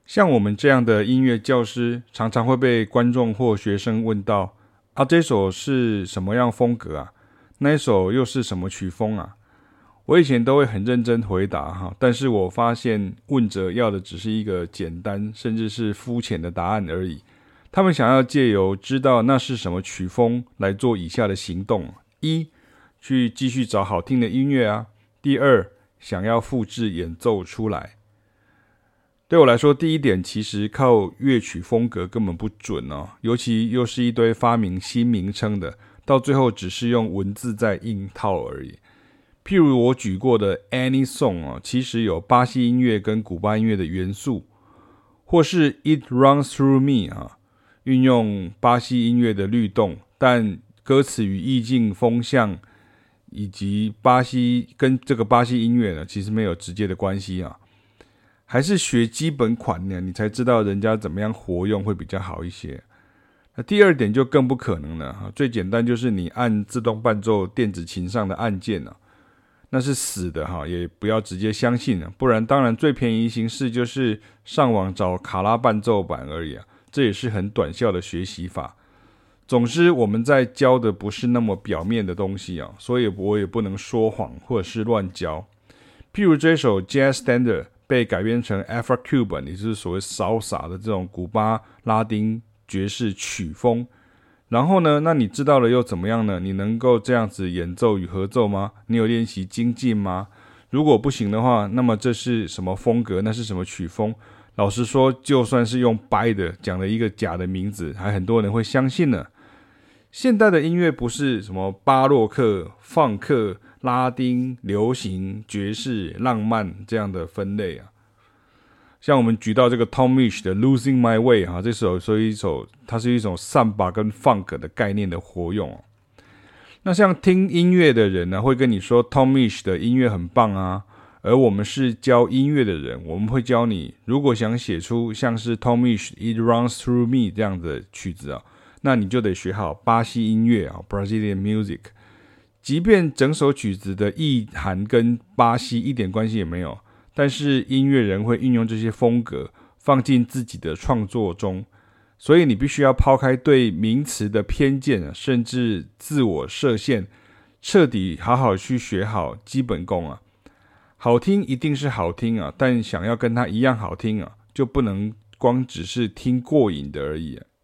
像我们这样的音乐教师，常常会被观众或学生问到：这首是什么样风格啊？那一首又是什么曲风啊？我以前都会很认真回答但是我发现问者要的只是一个简单甚至是肤浅的答案而已。他们想要借由知道那是什么曲风来做以下的行动：一，去继续找好听的音乐啊；第二，想要复制演奏出来。对我来说，第一点其实靠乐曲风格根本不准尤其又是一堆发明新名称的，到最后只是用文字在硬套而已。譬如我举过的 Any Song 其实有巴西音乐跟古巴音乐的元素，或是 It Runs Through Me 运用巴西音乐的律动，但歌词与意境风向以及跟这个巴西音乐呢，其实没有直接的关系还是学基本款呢，你才知道人家怎么样活用会比较好一些。那第二点就更不可能了最简单就是你按自动伴奏电子琴上的按键那是死的也不要直接相信不然当然最便宜形式就是上网找卡拉伴奏版而已这也是很短效的学习法。总之我们在教的不是那么表面的东西所以我也不能说谎或者是乱教。譬如这首 Jazz Standard 被改编成 Afro-Cuban 也就是所谓salsa的这种古巴拉丁爵士曲风，然后呢，那你知道了又怎么样呢？你能够这样子演奏与合奏吗？你有练习精进吗？如果不行的话，那么这是什么风格？那是什么曲风？老实说，就算是用掰的讲了一个假的名字，还很多人会相信呢。现代的音乐不是什么巴洛克、放克、拉丁、流行、爵士、浪漫这样的分类像我们举到这个 Tom Misch 的 Losing My Way 这首它是一种 Samba 跟 Funk 的概念的活用那像听音乐的人呢，会跟你说 Tom Misch 的音乐很棒而我们是教音乐的人，我们会教你，如果想写出像是 Tom Misch It Runs Through Me 这样的曲子那你就得学好巴西音乐Brazilian Music。即便整首曲子的意涵跟巴西一点关系也没有，但是音乐人会运用这些风格放进自己的创作中，所以你必须要抛开对名词的偏见甚至自我设限，彻底好好去学好基本功好听一定是好听但想要跟它一样好听就不能光只是听过瘾的而已